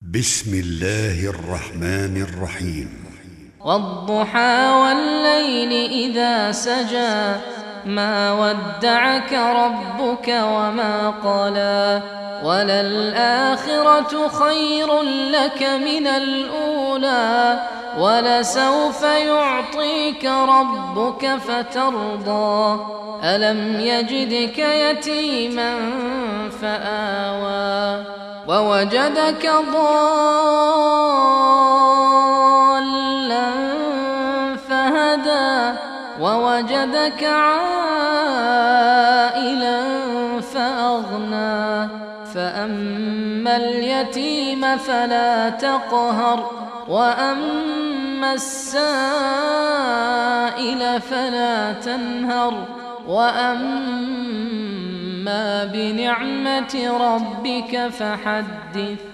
بسم الله الرحمن الرحيم. والضحى والليل إذا سجى ما ودعك ربك وما قلى وللآخرة خير لك من الأولى ولسوف يعطيك ربك فترضى ألم يجدك يتيما فآوى ووجدك ضالا فهدى ووجدك عائلا فأغنى فأما اليتيم فلا تقهر وأما السائل فلا تنهر وأما بنعمة ربك فحدث.